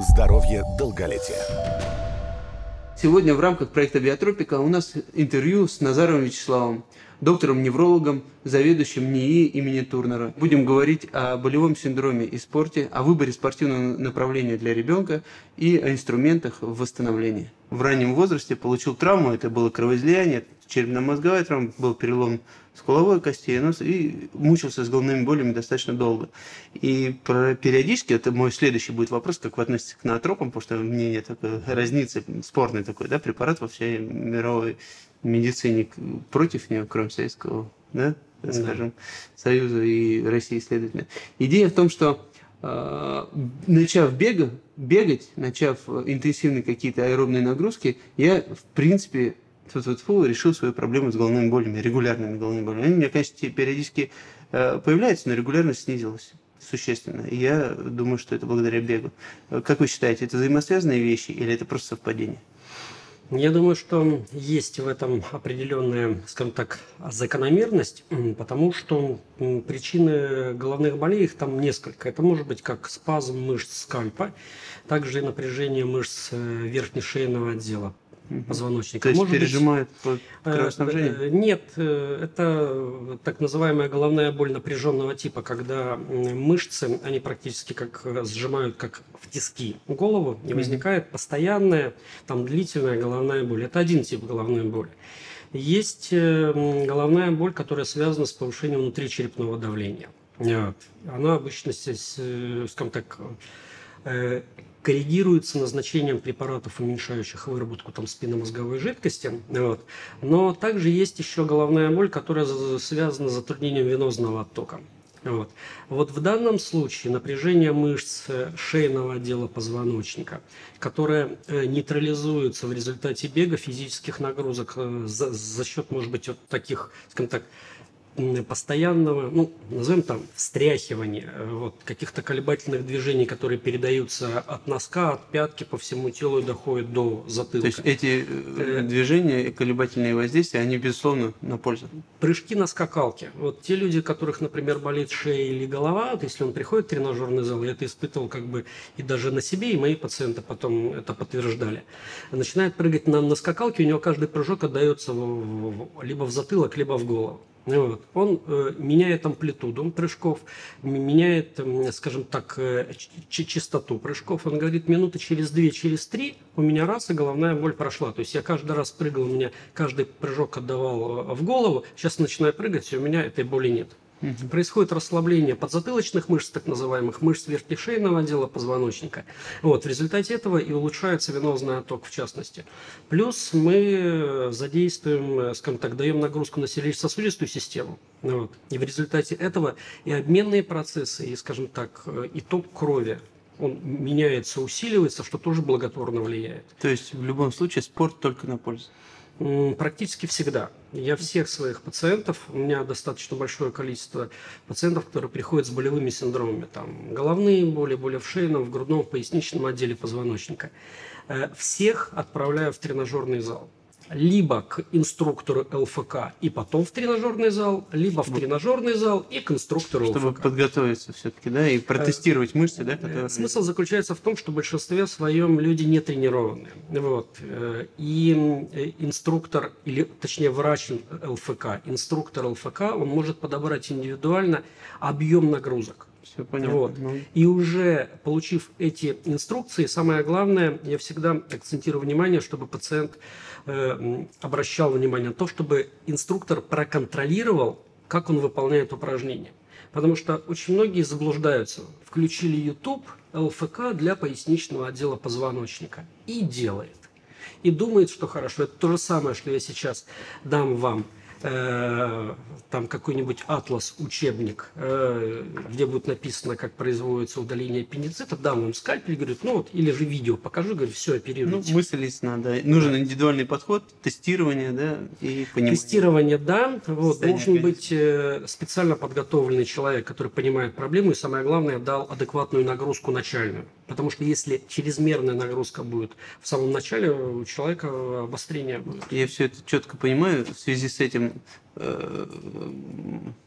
Здоровье долголетия. Сегодня в рамках проекта «Биотропика» у нас интервью с Назаровым Вячеславом, доктором-неврологом, заведующим НИИ имени Турнера. Будем говорить о болевом синдроме и спорте, о выборе спортивного направления для ребенка и о инструментах восстановления. В раннем возрасте получил травму, это было кровоизлияние, черепно-мозговая травма, был перелом скуловой кости и мучился с головными болями достаточно долго. И периодически, это мой следующий будет вопрос, как вы относитесь к ноотропам, потому что мнение такое разнится, спорный такой, да, препарат во всей мировой медицине против него, кроме Советского, да, скажем, Союза и России, следовательно. Идея в том, что начав бегать, начав интенсивные какие-то аэробные нагрузки, я, в принципе, решил свою проблему с головными болями, регулярными головными болями. Они у меня, конечно, периодически появляются, но регулярность снизилась существенно. И я думаю, что это благодаря бегу. Как вы считаете, это взаимосвязанные вещи или это просто совпадение? Я думаю, что есть в этом определенная, скажем так, закономерность, потому что причины головных болей их там несколько. Это может быть как спазм мышц скальпа, также и напряжение мышц верхнешейного отдела позвоночника. То есть может пережимает кровоснабжение? Нет, это так называемая головная боль напряженного типа, когда мышцы, они практически как сжимают, как в тиски голову, и возникает постоянная, там, длительная головная боль. Это один тип головной боли. Есть головная боль, которая связана с повышением внутричерепного давления. Вот. Она обычно, скажем так, коррегируется назначением препаратов, уменьшающих выработку там спинномозговой жидкости. Вот. Но также есть еще головная боль, которая связана с затруднением венозного оттока. Вот в данном случае напряжение мышц шейного отдела позвоночника, которое нейтрализуется в результате бега, физических нагрузок за счет, может быть, вот таких, скажем так, постоянного, назовем там, встряхивания, каких-то колебательных движений, которые передаются от носка, от пятки по всему телу и доходят до затылка. То есть эти движения, колебательные воздействия, они, безусловно, на пользу? Прыжки на скакалке. Вот те люди, у которых, например, болит шея или голова, если он приходит в тренажерный зал, я это испытывал и даже на себе, и мои пациенты потом это подтверждали, начинает прыгать на скакалке, у него каждый прыжок отдается либо в затылок, либо в голову. Он меняет амплитуду прыжков, меняет, скажем так, частоту прыжков. Он говорит, минуты через 2, через 3 у меня раз и головная боль прошла. То есть я каждый раз прыгал, у меня каждый прыжок отдавал в голову. Сейчас начинаю прыгать, и у меня этой боли нет. Происходит расслабление подзатылочных мышц, так называемых мышц верхнешейного отдела позвоночника. В результате этого и улучшается венозный отток в частности. Плюс мы задействуем, скажем так, даем нагрузку на сердечно-сосудистую систему. И в результате этого и обменные процессы, и, скажем так, и ток крови, он меняется, усиливается, что тоже благотворно влияет. То есть в любом случае спорт только на пользу? Практически всегда. Я всех своих пациентов, у меня достаточно большое количество пациентов, которые приходят с болевыми синдромами, там головные боли, боли в шейном, в грудном, в поясничном отделе позвоночника, всех отправляю в тренажерный зал. Либо к инструктору ЛФК и потом в тренажерный зал, либо в тренажерный зал и к инструктору ЛФК. Чтобы подготовиться все-таки, да, и протестировать мышцы, да? Которые... Смысл заключается в том, что в большинстве своем люди не тренированные. И инструктор, или точнее врач ЛФК, инструктор ЛФК, он может подобрать индивидуально объем нагрузок. Все понятно. И уже получив эти инструкции, самое главное, я всегда акцентирую внимание, чтобы пациент обращал внимание на то, чтобы инструктор проконтролировал, как он выполняет упражнения. Потому что очень многие заблуждаются. Включили YouTube, ЛФК для поясничного отдела позвоночника и делает. И думает, что хорошо. Это то же самое, что я сейчас дам вам там какой-нибудь атлас, учебник, где будет написано, как производится удаление аппендицита, дам вам скальпель, говорит, или же видео покажу, говорю, все, оперируйте. Мысль ясна, да. Нужен индивидуальный подход, тестирование, да, и понимание. Тестирование, да. Должен быть специально подготовленный человек, который понимает проблему и, самое главное, дал адекватную нагрузку начальную. Потому что если чрезмерная нагрузка будет в самом начале, у человека обострение будет. Я все это четко понимаю. В связи с этим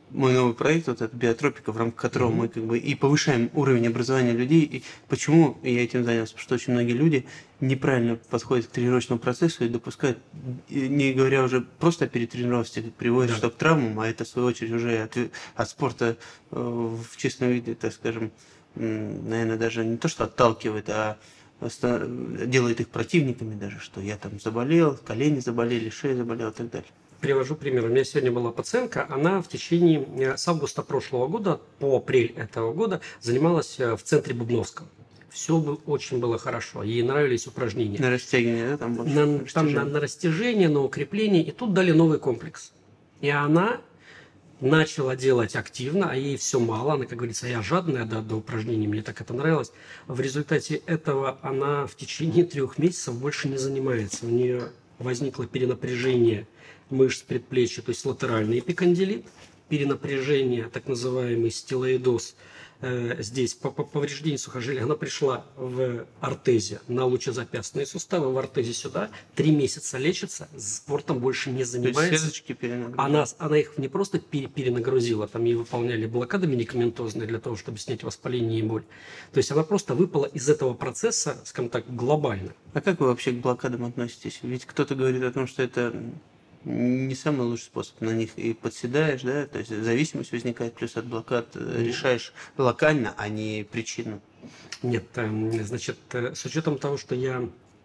мой новый проект, вот этот биотропика, в рамках которого мы как бы и повышаем уровень образования людей. И почему я этим занялся? Потому что очень многие люди неправильно подходят к тренировочному процессу и допускают, не говоря уже просто о перетренировке, приводит что к травмам, а это в свою очередь уже от спорта в чистом виде, так скажем, наверное, даже не то, что отталкивает, а делает их противниками даже, что я там заболел, колени заболели, шея заболела и так далее. Привожу пример. У меня сегодня была пациентка, она в течение с августа прошлого года по апрель этого года занималась в центре Бубновского. Все очень было хорошо, ей нравились упражнения. На растягивание, да? Там больше на растяжение, на укрепление, и тут дали новый комплекс. И она начала делать активно, а ей все мало, она, как говорится, я жадная до упражнений, мне так это нравилось. В результате этого она в течение 3 месяцев больше не занимается. У нее возникло перенапряжение мышц предплечья, то есть латеральный эпикондилит, перенапряжение, так называемый стилоидоз, здесь по повреждению сухожилия. Она пришла в ортезе на лучезапястные суставы, в ортезе сюда, 3 месяца лечится, спортом больше не занимается. Она их не просто перенагрузила, там ей выполняли блокады медикаментозные для того, чтобы снять воспаление и боль. То есть она просто выпала из этого процесса, скажем так, глобально. А как вы вообще к блокадам относитесь? Ведь кто-то говорит о том, что это не самый лучший способ, на них и подседаешь, да, то есть зависимость возникает, плюс от блокад решаешь локально, а не причину. Нет, значит, с учетом того, что я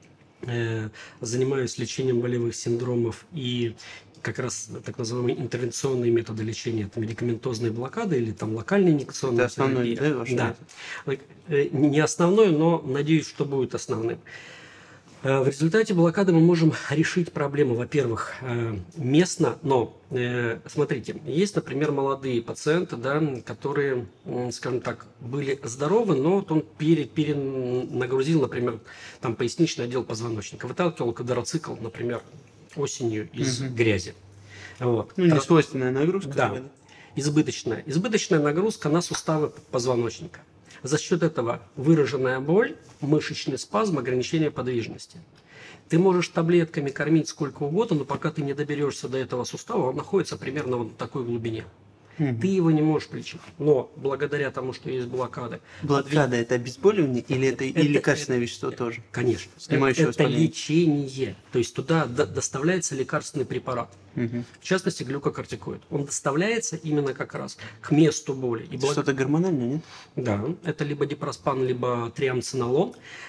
занимаюсь лечением болевых синдромов и как раз так называемые интервенционные методы лечения, это медикаментозные блокады или там локальные инъекционные. Это основной, да, ваш метод? Не основной, но надеюсь, что будет основным. В результате блокады мы можем решить проблему, во-первых, местно, но, смотрите, есть, например, молодые пациенты, да, которые, скажем так, были здоровы, но вот он перенагрузил, например, там поясничный отдел позвоночника, выталкивал квадроцикл, например, осенью из грязи. Вот. Ну, не свойственная нагрузка. Да, избыточная. Избыточная нагрузка на суставы позвоночника. За счет этого выраженная боль, мышечный спазм, ограничение подвижности. Ты можешь таблетками кормить сколько угодно, но пока ты не доберешься до этого сустава, он находится примерно вот в такой глубине. Ты его не можешь лечить. Но благодаря тому, что есть блокады. Блокада это обезболивание или это и лекарственное вещество тоже? Конечно. Снимающее это лечение. То есть туда доставляется лекарственный препарат. В частности, глюкокортикоид. Он доставляется именно как раз к месту боли. Что-то гормональное, нет? Да, это либо дипроспан, либо триамцинолон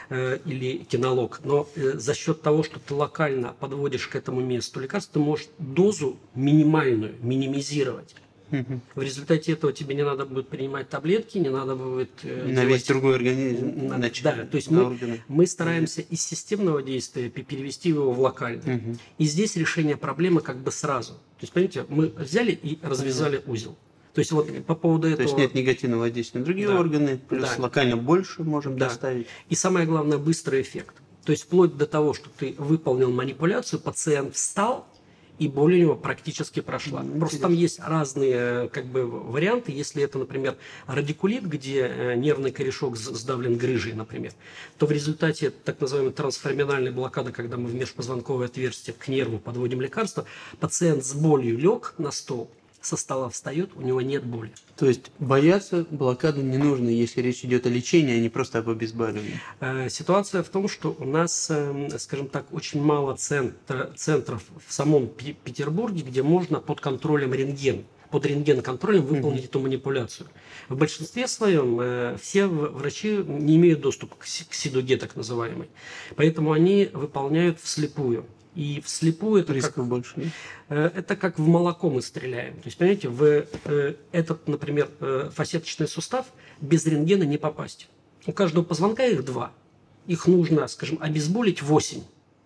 или кинолог. Но за счет того, что ты локально подводишь к этому месту лекарства, ты можешь дозу минимальную минимизировать. В результате этого тебе не надо будет принимать таблетки, не надо будет на весь другой организм. Да, то есть мы стараемся из системного действия перевести его в локальное. И здесь решение проблемы как бы сразу. То есть, понимаете, мы взяли и развязали узел. То есть вот по поводу этого... То есть нет негативного воздействия на другие органы, плюс локально больше можем доставить. И самое главное, быстрый эффект. То есть вплоть до того, что ты выполнил манипуляцию, пациент встал, и боль у него практически прошла. Просто там есть разные как бы варианты. Если это, например, радикулит, где нервный корешок сдавлен грыжей, например, то в результате так называемой трансферминальной блокады, когда мы в межпозвонковое отверстие к нерву подводим лекарство, пациент с болью лег на стол, со стола встает, у него нет боли. То есть бояться блокады не нужно, если речь идет о лечении, а не просто об обезболивании. Ситуация в том, что у нас, скажем так, очень мало центров в самом Петербурге, где можно под контролем под рентген-контролем выполнить эту манипуляцию. В большинстве своем все врачи не имеют доступа к СИДОГе, так называемой. Поэтому они выполняют вслепую. И вслепую это рисков больше. Это как в молоко мы стреляем. То есть, понимаете, в этот, например, фасеточный сустав без рентгена не попасть. У каждого позвонка их 2. Их нужно, скажем, обезболить 8.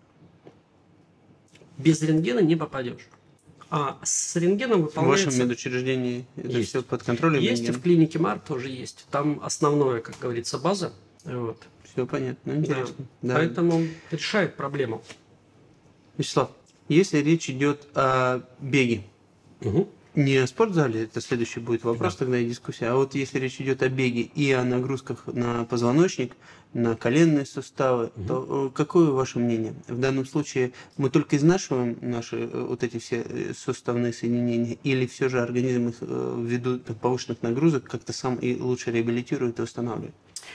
Без рентгена не попадешь. А с рентгеном выполняется... В вашем медучреждении это все под контролем? Есть, и в клинике МАР тоже есть. Там основное, как говорится, база. Вот. Все понятно, интересно. Да. Поэтому решает проблему. Вячеслав, если речь идет о беге, Не о спортзале, это следующий будет вопрос, тогда и дискуссия. А вот если речь идет о беге и о нагрузках на позвоночник, на коленные суставы, то какое ваше мнение? В данном случае мы только изнашиваем наши вот эти все суставные соединения, или все же организм их ввиду повышенных нагрузок как-то сам и лучше реабилитирует и восстанавливает?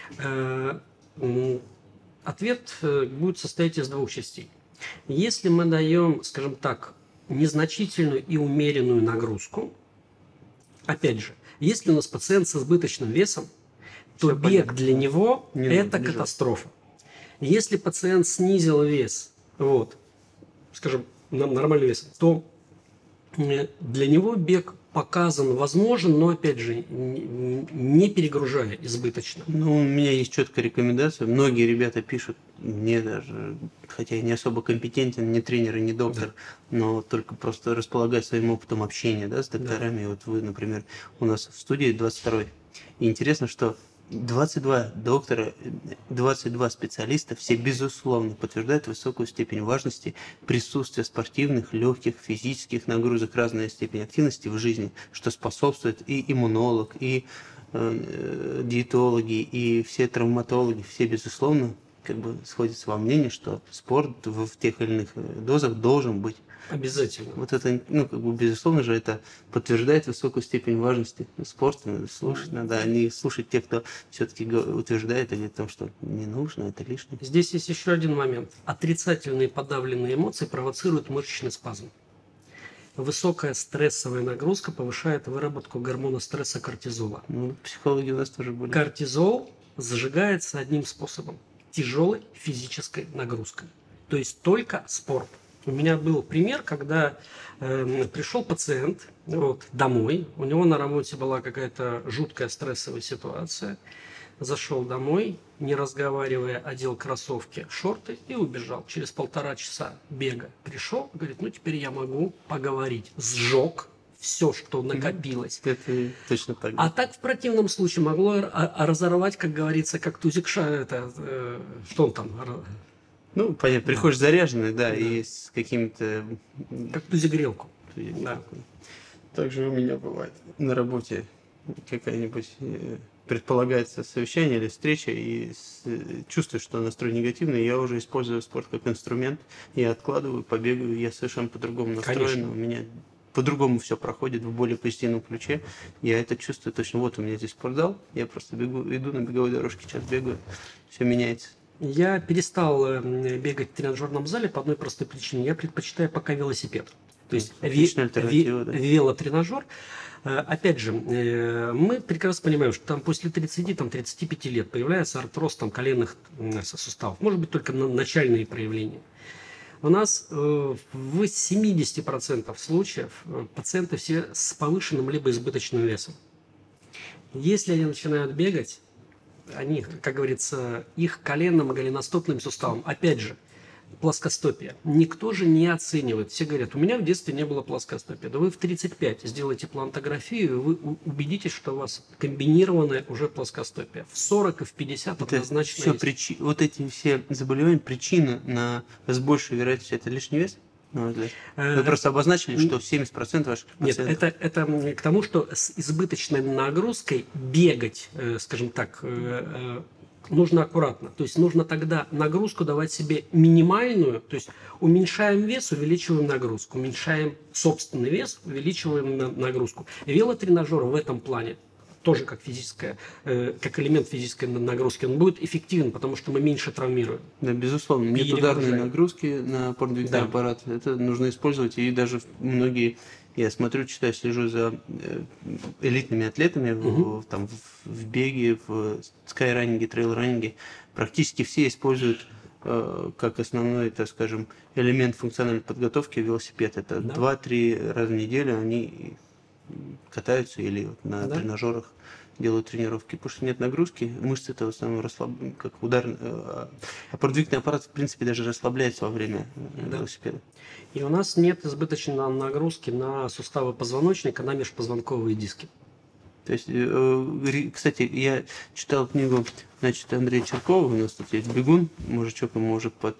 Ответ будет состоять из двух частей. Если мы даем, скажем так, незначительную и умеренную нагрузку, опять же, если у нас пациент с избыточным весом, то Всё бег понятно. для него Не это нужно катастрофа. Если пациент снизил вес, вот, скажем, на нормальный вес, то для него бег показан, возможен, но опять же не перегружая избыточно. Ну, у меня есть четкая рекомендация. Многие ребята пишут мне даже, хотя я не особо компетентен, не тренер и не доктор, но только просто располагаю своим опытом общения, да, с докторами. Да. Вот вы, например, у нас в студии 22-й. И интересно, что 22 доктора, 22 специалиста, все безусловно подтверждают высокую степень важности присутствия спортивных, легких, физических нагрузок, разная степень активности в жизни, что способствует и иммунолог, и диетологи, и все травматологи, все безусловно как бы сходятся во мнении, что спорт в тех или иных дозах должен быть. Обязательно. Вот это, ну, как бы, безусловно же, это подтверждает высокую степень важности спорта. Надо слушать, надо, а не слушать тех, кто все-таки утверждает или о том, что не нужно, это лишнее. Здесь есть еще один момент. Отрицательные подавленные эмоции провоцируют мышечный спазм. Высокая стрессовая нагрузка повышает выработку гормона стресса кортизола. Ну, психологи у нас тоже были. Кортизол зажигается одним способом – тяжелой физической нагрузкой. То есть только спорт. У меня был пример, когда пришел пациент домой, у него на работе была какая-то жуткая стрессовая ситуация, зашел домой, не разговаривая, одел кроссовки, шорты и убежал. Через 1,5 часа бега пришел, говорит, ну теперь я могу поговорить. Сжег все, что накопилось. Это точно так. А так в противном случае могло разорвать, как говорится, как тузик что он там? Ну, понятно, приходишь заряженный, да, и с какими-то... Как тузик-грелку. Да. Также у меня бывает на работе какая-нибудь предполагается совещание или встреча, и чувствую, что настрой негативный, я уже использую спорт как инструмент, я откладываю, побегаю, я совершенно по-другому настроен, Конечно. у меня по-другому все проходит в более позитивном ключе, я это чувствую точно, вот у меня здесь спортзал, я просто иду на беговой дорожке, час бегаю, все меняется. Я перестал бегать в тренажерном зале по одной простой причине. Я предпочитаю пока велосипед. То есть велотренажер. Опять же, мы прекрасно понимаем, что там после 30-35 лет появляется артроз коленных суставов. Может быть, только начальные проявления. У нас в 70% случаев пациенты все с повышенным либо избыточным весом. Если они начинают бегать, они, как говорится, их коленным и голеностопным суставом, опять же, плоскостопие. Никто же не оценивает. Все говорят, у меня в детстве не было плоскостопия. Да вы в 35 сделаете плантографию, и вы убедитесь, что у вас комбинированное уже плоскостопие. В 40 и в 50 это однозначно все есть. Вот эти все заболевания, причина с большей вероятностью это лишний вес? Вы просто обозначили, что 70% ваших пациентов... Нет, это к тому, что с избыточной нагрузкой бегать, скажем так, нужно аккуратно. То есть нужно тогда нагрузку давать себе минимальную, то есть уменьшаем вес, увеличиваем нагрузку, уменьшаем собственный вес, увеличиваем нагрузку. Велотренажер в этом плане тоже как элемент физической нагрузки, он будет эффективен, потому что мы меньше травмируем. Да, безусловно. Нет ударной нагрузки на опорно-двигательный аппарат. Это нужно использовать. И даже многие, я смотрю, читаю, слежу за элитными атлетами в беге, в скайранинге, трейл-раннинге. Практически все используют как основной, так скажем, элемент функциональной подготовки велосипед. Это 2-3 раза в неделю они катаются или на тренажерах делают тренировки, потому что нет нагрузки, мышцы это в основном расслаблены, как опорно-двигательный аппарат в принципе даже расслабляется во время велосипеда. И у нас нет избыточной нагрузки на суставы позвоночника, на межпозвонковые диски. То есть, кстати, я читал книгу, Андрея Черкова, у нас тут есть бегун, мужичок ему уже под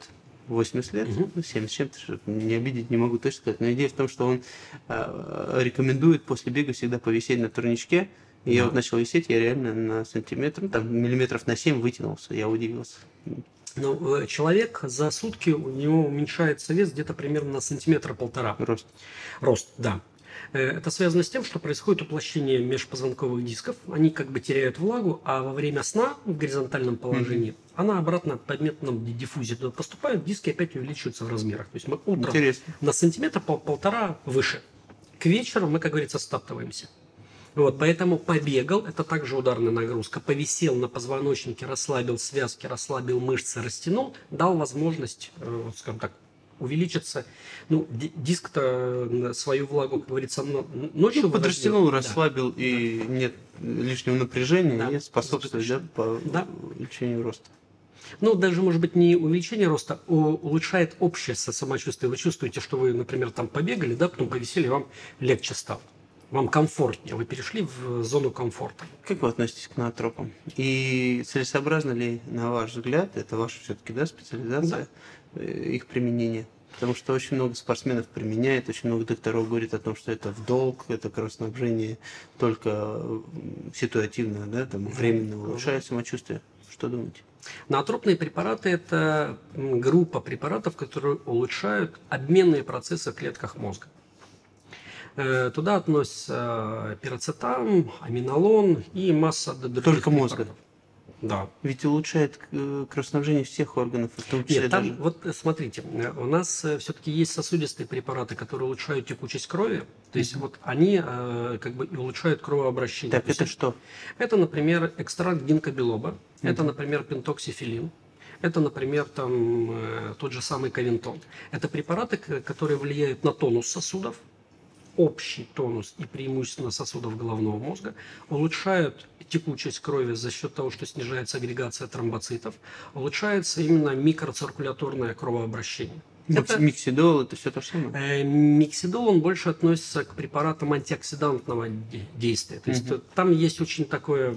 80 лет, ну, 70 с чем-то, что не обидеть не могу точно сказать. Но идея в том, что он рекомендует после бега всегда повисеть на турничке. И я вот начал висеть, я реально на сантиметр, ну, там миллиметров на 7 вытянулся, я удивился. Ну, человек за сутки, у него уменьшается вес где-то примерно на сантиметра-полтора. Рост. Рост, да. Это связано с тем, что происходит уплощение межпозвонковых дисков, они как бы теряют влагу, а во время сна в горизонтальном положении она обратно по методам диффузии туда поступает, диски опять увеличиваются в размерах. То есть мы утром на сантиметр-полтора выше. К вечеру мы, как говорится, стаптываемся. Вот, поэтому побегал, это также ударная нагрузка, повисел на позвоночнике, расслабил связки, расслабил мышцы, растянул, дал возможность, вот, скажем так, увеличиться. Ну, диск-то свою влагу, как говорится, ночью подрастянул, расслабил, да, и нет лишнего напряжения, да, и способствует, да, по увеличению роста. Ну, даже, может быть, не увеличение роста, а улучшает общее самочувствие. Вы чувствуете, что вы, например, там побегали, да, потом повисели, вам легче стало. Вам комфортнее, вы перешли в зону комфорта. Как вы относитесь к ноотропам? И целесообразно ли, на ваш взгляд, это ваша все-таки, да, специализация, да, их применение? Потому что очень много спортсменов применяет, очень много докторов говорит о том, что это в долг, это кровоснабжение только ситуативно, да, там, временно улучшает самочувствие. Что думаете? Ноотропные препараты – это группа препаратов, которые улучшают обменные процессы в клетках мозга. Туда относятся пироцетам, аминолон и масса других только мозга? Да. Ведь улучшает кровоснабжение всех органов, в том числе. Нет, там, даже... вот смотрите, у нас все-таки есть сосудистые препараты, которые улучшают текучесть крови, то есть вот они как бы улучшают кровообращение. Так, это что? Это, например, экстракт гинкобилоба, это, например, пентоксифилин. Это, например, там, тот же самый кавентон. Это препараты, которые влияют на тонус сосудов, общий тонус и преимущественно сосудов головного мозга, улучшают текучесть крови за счет того, что снижается агрегация тромбоцитов, улучшается именно микроциркуляторное кровообращение. Миксидол – это все то же самое? Миксидол, он больше относится к препаратам антиоксидантного действия. То есть там есть очень такое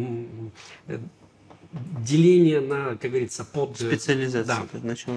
деление на, как говорится, под... Специализация. Да. Начало.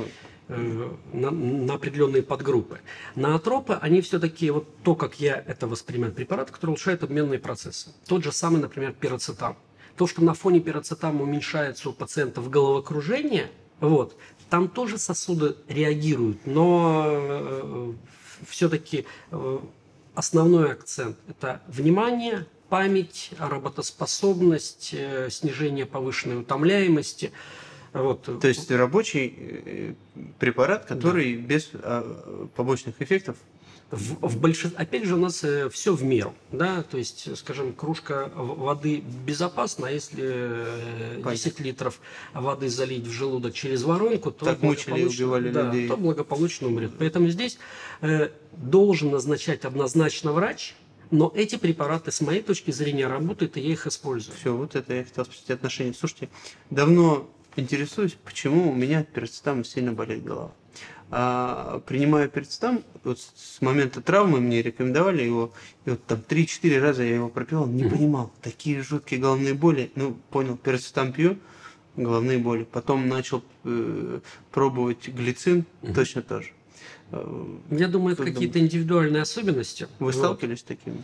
На определенные подгруппы. Ноотропы, они все-таки, вот то, как я это воспринимаю, препараты, которые улучшают обменные процессы. Тот же самый, например, пироцетам. То, что на фоне пироцетама уменьшается у пациентов головокружение, вот, там тоже сосуды реагируют, но все-таки основной акцент – это внимание, память, работоспособность, снижение повышенной утомляемости. Вот. То есть рабочий препарат, который без побочных эффектов. Опять же, у нас все в меру. Да? То есть, скажем, кружка воды безопасна, а если 10 литров воды залить в желудок через воронку, то, так мучили и убивали людей. То благополучно умрет. Поэтому здесь должен назначать однозначно врач. Но эти препараты, с моей точки зрения, работают, и я их использую. Все, вот это я хотел спросить отношения. Слушайте, давно интересуюсь, почему у меня от пироцетама сильно болит голова. Принимая пироцетам, вот с момента травмы мне рекомендовали его, и вот там 3-4 раза я его пропивал, не понимал, такие жуткие головные боли. Ну, понял, пироцетам пью, головные боли. Потом начал пробовать глицин, точно то же. Я думаю, это какие-то индивидуальные особенности. Вы сталкивались с такими?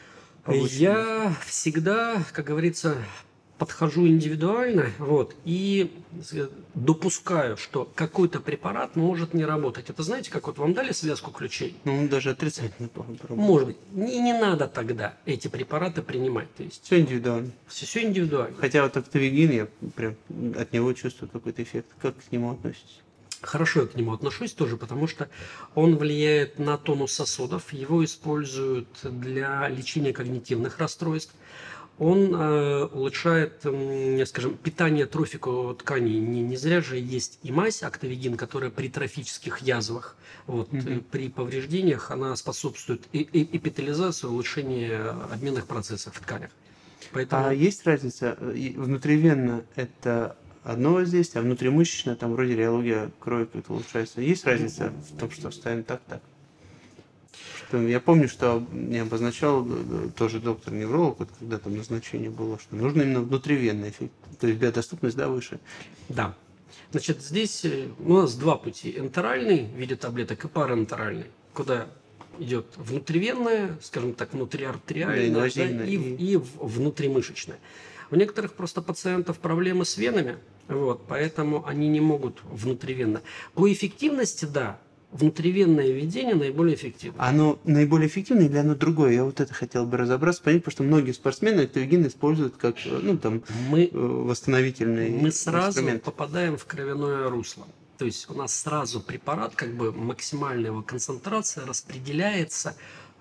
Я всегда, как говорится, подхожу индивидуально, вот, и допускаю, что какой-то препарат может не работать. Это знаете, как вот вам дали связку ключей? Ну, он даже отрицательно пробует. Может быть. Не надо тогда эти препараты принимать. То есть все индивидуально. Все индивидуально. Хотя вот октавигин, я прям от него чувствую какой-то эффект. Как к нему относитесь? Хорошо я к нему отношусь тоже, потому что он влияет на тонус сосудов, его используют для лечения когнитивных расстройств. Он улучшает, скажем, питание трофику тканей. Не зря же есть и мазь октавигин, которая при трофических язвах, вот, при повреждениях, она способствует эпителизации, улучшению обменных процессов в тканях. Поэтому... А есть разница? Внутривенно это одно воздействие, а внутримышечно там вроде реология крови как-то улучшается. Есть разница в том, что ставим так-так? Я помню, что мне обозначал тоже доктор-невролог, вот когда там назначение было, что нужно именно внутривенный эффект, то есть биодоступность, да, выше. Да. Значит, здесь у нас два пути. Энтеральный в виде таблеток и параэнтеральный, куда идет внутривенная, скажем так, внутриартериальная, да, и внутримышечная. У некоторых просто пациентов проблемы с венами, вот, поэтому они не могут внутривенно. По эффективности, да, внутривенное введение наиболее эффективно. Оно наиболее эффективное или оно другое? Я вот это хотел бы разобраться, понять, потому что многие спортсмены актовигин используют как восстановительный мы сразу инструмент. Попадаем в кровяное русло. То есть у нас сразу препарат, как бы максимальная его концентрация распределяется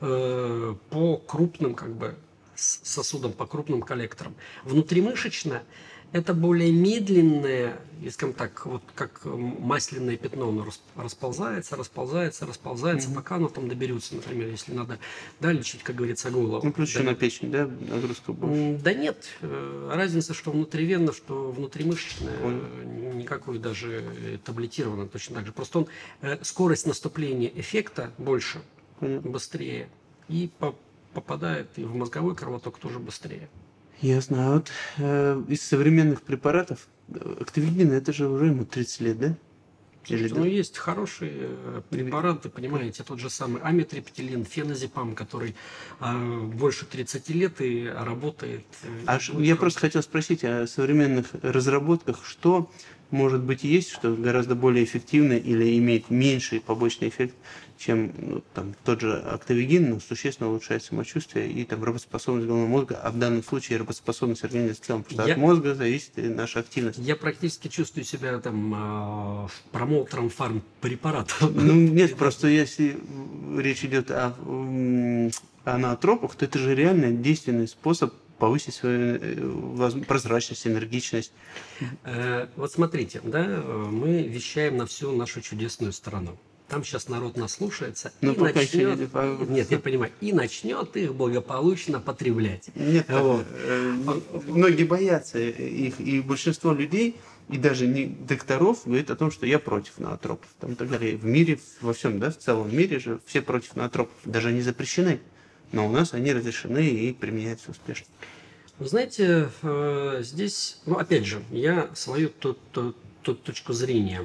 по крупным как бы сосудам, по крупным коллекторам. Внутримышечно это более медленное, скажем так, вот как масляное пятно, оно расползается, пока оно там доберется, например, если надо, да, лечить, как говорится, голову. Ну, плюс еще на печень, да, нагрузка больше? Да нет, разница, что внутривенно, что внутримышечная, никакой даже таблетированная точно так же. Просто скорость наступления эффекта больше, быстрее, и попадает и в мозговой кровоток тоже быстрее. Ясно. А вот из современных препаратов актовигин, это же уже ему 30 лет, да? Ну, есть хорошие препараты, понимаете, тот же самый амитриптилин, феназепам, который больше 30 лет и работает. Я просто хотел спросить о современных разработках, что, может быть, есть, что гораздо более эффективно или имеет меньший побочный эффект, чем тот же актовигин, но существенно улучшает самочувствие и работоспособность головного мозга, а в данном случае работоспособность организма в целом, потому что от мозга зависит и наша активность. Я практически чувствую себя промоутером фармпрепаратов. Ну, нет, просто если речь идет о ноотропах, то это же реально действенный способ повысить свою прозрачность, энергичность. Вот смотрите, да, мы вещаем на всю нашу чудесную страну. Там сейчас народ наслушается и начнет, нет, я понимаю, и начнет их благополучно потреблять. Нет, многие боятся их, и большинство людей, и даже не докторов, говорит о том, что я против ноотропов. Там, так далее. В мире, во всем, да, в целом мире же все против ноотропов. Даже они запрещены. Но у нас они разрешены и применяются успешно. Вы знаете, здесь, опять же, я свою точку зрения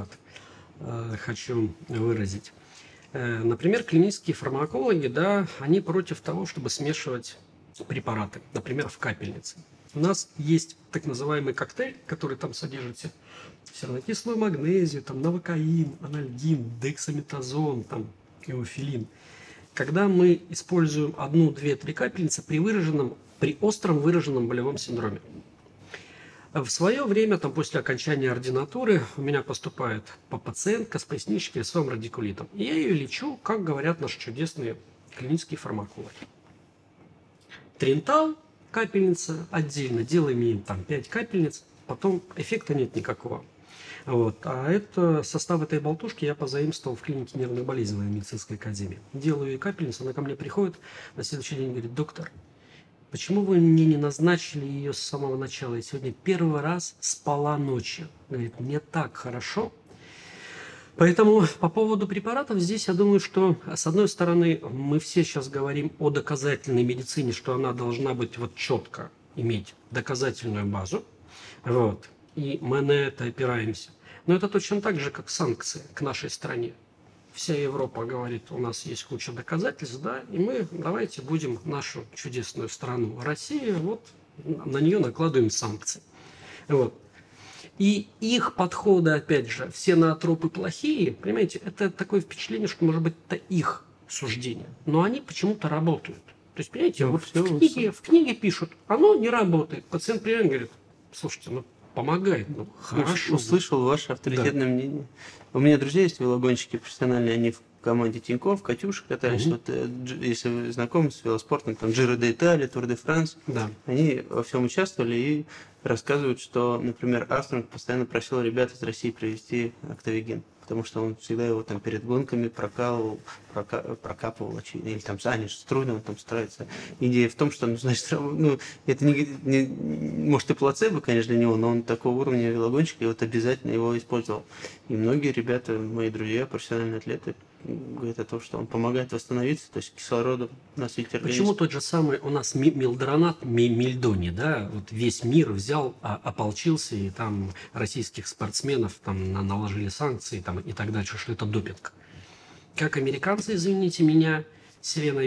хочу выразить. Например, клинические фармакологи, да, они против того, чтобы смешивать препараты, например, в капельнице. У нас есть так называемый коктейль, который там содержит сернокислую магнезию, новокаин, анальгин, дексаметазон, эофилин. Когда мы используем 1, 2, 3 капельницы при остром выраженном болевом синдроме. В свое время, после окончания ординатуры, у меня поступает пациентка с поясничным весовым радикулитом. И я ее лечу, как говорят наши чудесные клинические фармакологи. Тринтал, капельница отдельно, делаем им 5 капельниц, потом эффекта нет никакого. А это состав этой болтушки я позаимствовал в клинике нервных болезней в медицинской академии. Делаю ей капельницу, она ко мне приходит, на следующий день говорит: доктор, почему вы мне не назначили ее с самого начала? Я сегодня первый раз спала ночью. Говорит, мне так хорошо. Поэтому по поводу препаратов здесь я думаю, что с одной стороны мы все сейчас говорим о доказательной медицине, что она должна быть четко иметь доказательную базу. И мы на это опираемся. Но это точно так же, как санкции к нашей стране. Вся Европа говорит, у нас есть куча доказательств, да, и мы давайте будем нашу чудесную страну Россию, на нее накладываем санкции. И их подходы, опять же, все ноотропы плохие, понимаете, это такое впечатление, что, может быть, это их суждение, но они почему-то работают. То есть, понимаете, в книге пишут, оно не работает. Пациент приезжает и говорит, слушайте, помогает, хорошо. Услышал ваше авторитетное мнение. У меня друзья есть велогонщики профессиональные, они в команде Тинькофф, Катюша катались. Если вы знакомы с велоспортом, Джиро де Италия, Тур де Франс, они во всем участвовали и рассказывают, что, например, Армстронг постоянно просил ребят из России привезти актовигин, потому что он всегда его перед гонками прокапывал, или они же струйно стараются. Идея в том, что, это может и плацебо, конечно, для него, но он такого уровня велогонщика, и обязательно его использовал. И многие ребята, мои друзья, профессиональные атлеты, говорит о том, что он помогает восстановиться, то есть кислородом насытить организм. Почему тот же самый у нас Милдронат Мильдони, да, вот весь мир взял, ополчился, и там российских спортсменов там наложили санкции там, и так дальше, что это допинг. Как американцы, извините меня, Серена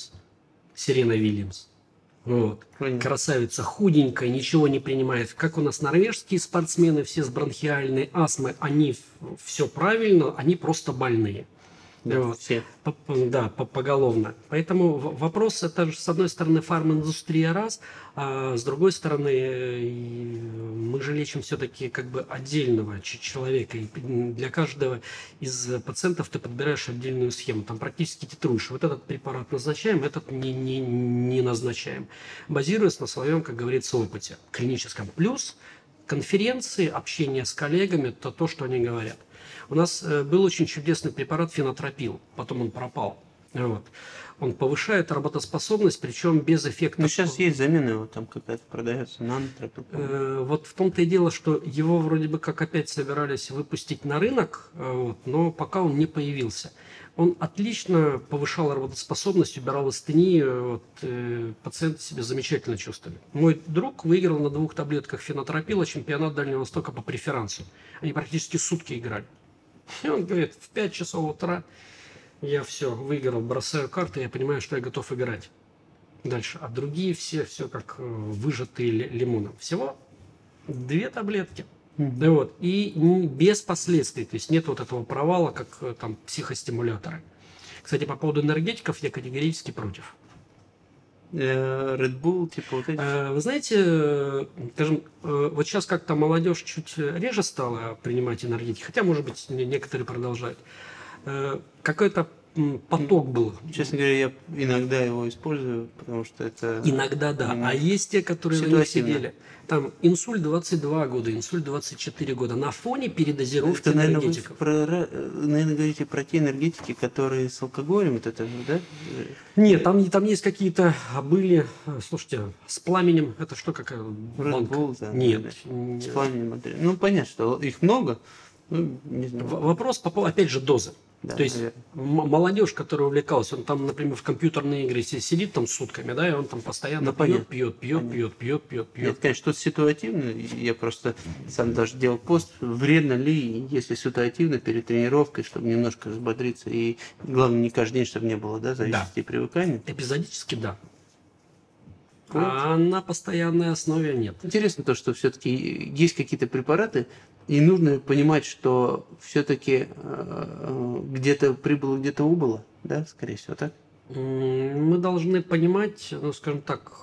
Вильямс. Вот. Красавица, худенькая, ничего не принимает. Как у нас норвежские спортсмены, все с бронхиальной астмой, они все правильно, они просто больные. Да, Вот. все. Да, поголовно. Поэтому вопрос, это же, с одной стороны, фарминдустрия раз, а с другой стороны, мы же лечим все-таки как бы отдельного человека. И для каждого из пациентов ты подбираешь отдельную схему. Там практически титруешь. Вот этот препарат назначаем, этот не назначаем. Базируясь на своем, как говорится, опыте клиническом. Плюс конференции, общение с коллегами, то, что они говорят. У нас был очень чудесный препарат фенотропил, потом он пропал. Вот. Он повышает работоспособность, причем без эффекта. Ну, сейчас есть замена его, там какая-то продается, нанотропил. Вот в том-то и дело, что его вроде бы как опять собирались выпустить на рынок, вот, но пока он не появился. Он отлично повышал работоспособность, убирал астению, вот, пациенты себя замечательно чувствовали. Мой друг выиграл на 2 таблетках фенотропила чемпионат Дальнего Востока по преферансу. Они практически сутки играли. И он говорит, в 5 часов утра я все выиграл, бросаю карты, я понимаю, что я готов играть дальше. А другие все как выжатые лимоном. Всего 2 таблетки. Вот. И без последствий. То есть нет вот этого провала, как там психостимуляторы. Кстати, по поводу энергетиков я категорически против. Red Bull, типа вот эти. Вы знаете, скажем, вот сейчас как-то молодежь чуть реже стала принимать энергетики, хотя, может быть, некоторые продолжают. Какой-то поток был. Честно говоря, я иногда его использую, потому что это... Иногда да. А есть те, которые на них сидели. Там инсульт 22 года, инсульт 24 года. На фоне передозировки энергетиков. Наверное, говорите про те энергетики, которые с алкоголем, вот это, да? Нет, там есть какие-то, были, слушайте, с пламенем, это что, какая банка? Bull, да, нет. Да. С пламенем. Ну, понятно, что их много. Ну, не знаю. Вопрос, опять же, дозы. Да, то есть молодежь, которая увлекалась, он там, например, в компьютерные игры сидит там сутками, да, и он там постоянно пьет. Нет, конечно, что-то ситуативно. Я просто сам даже делал пост, вредно ли, если ситуативно перед тренировкой, чтобы немножко взбодриться. И главное, не каждый день, чтобы не было, да, зависимости и привыкания. Эпизодически, да. А на постоянной основе нет. Интересно то, что все-таки есть какие-то препараты, и нужно понимать, что все-таки где-то прибыло, где-то убыло, да, скорее всего, так? Мы должны понимать, ну, скажем так,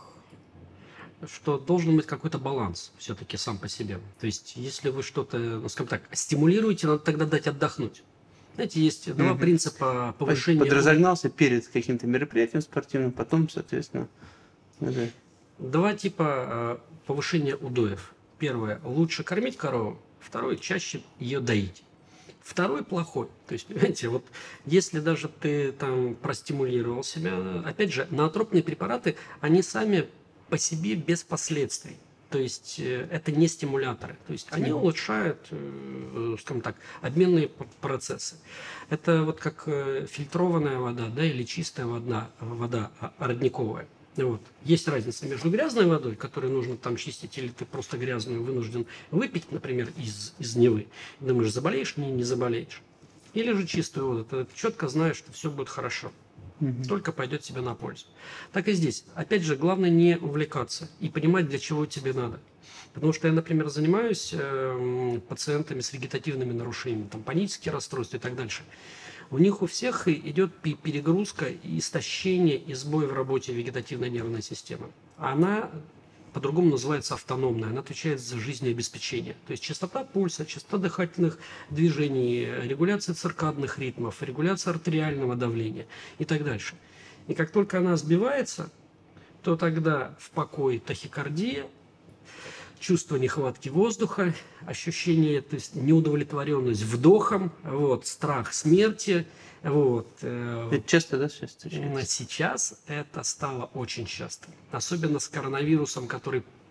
что должен быть какой-то баланс все-таки сам по себе. То есть, если вы что-то, ну, скажем так, стимулируете, надо тогда дать отдохнуть. Знаете, есть 2 принципа повышения... Подразогнался перед каким-то мероприятием спортивным, потом, соответственно... Надо... 2 типа повышения удоев. Первое, лучше кормить корову. Второе, чаще ее доить. Второй плохой. То есть, понимаете, вот если даже ты там простимулировал себя, опять же, ноотропные препараты, они сами по себе без последствий. То есть это не стимуляторы. То есть они улучшают, скажем так, обменные процессы. Это вот как фильтрованная вода, да, или чистая вода родниковая. Вот. Есть разница между грязной водой, которую нужно там чистить, или ты просто грязную вынужден выпить, например, из Невы. Думаешь, заболеешь? Не заболеешь. Или же чистую воду. Ты четко знаешь, что все будет хорошо. Только пойдет тебе на пользу. Так и здесь. Опять же, главное не увлекаться и понимать, для чего тебе надо. Потому что я, например, занимаюсь пациентами с вегетативными нарушениями, там, панические расстройства и так дальше. У них у всех идет перегрузка, истощение и сбой в работе вегетативной нервной системы. Она по-другому называется автономная, она отвечает за жизнеобеспечение. То есть частота пульса, частота дыхательных движений, регуляция циркадных ритмов, регуляция артериального давления и так дальше. И как только она сбивается, то тогда в покое тахикардия, чувство нехватки воздуха, ощущение, то есть неудовлетворенность вдохом, вот, страх смерти. Вот. Это часто, да, сейчас встречается? Сейчас это стало очень часто. Особенно с коронавирусом, который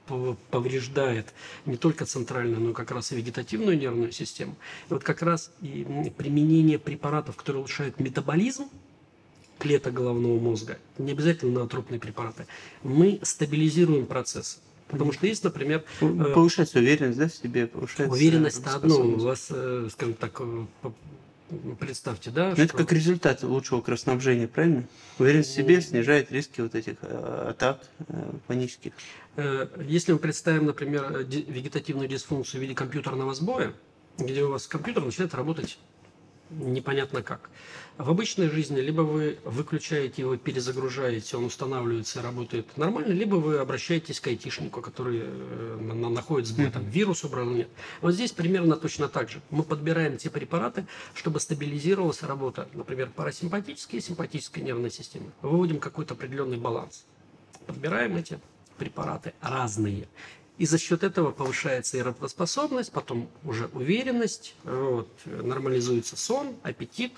повреждает не только центральную, но как раз и вегетативную нервную систему. И вот как раз и применение препаратов, которые улучшают метаболизм клеток головного мозга, не обязательно ноотропные препараты, мы стабилизируем процесс. Потому что есть, например... Повышается уверенность, да, в себе, повышается... Уверенность – это одно. У вас, скажем так, представьте, да? Это как результат лучшего кровоснабжения, правильно? Уверенность в себе снижает риски вот этих атак панических. Если мы представим, например, вегетативную дисфункцию в виде компьютерного сбоя, где у вас компьютер начинает работать непонятно как. В обычной жизни либо вы выключаете его, перезагружаете, он устанавливается и работает нормально, либо вы обращаетесь к айтишнику, который находит сбой, там вирус убрал, нет. Вот здесь примерно точно так же. Мы подбираем те препараты, чтобы стабилизировалась работа, например, парасимпатической и симпатической нервной системы. Выводим какой-то определенный баланс. Подбираем эти препараты разные. И за счет этого повышается и работоспособность, потом уже уверенность, вот, нормализуется сон, аппетит,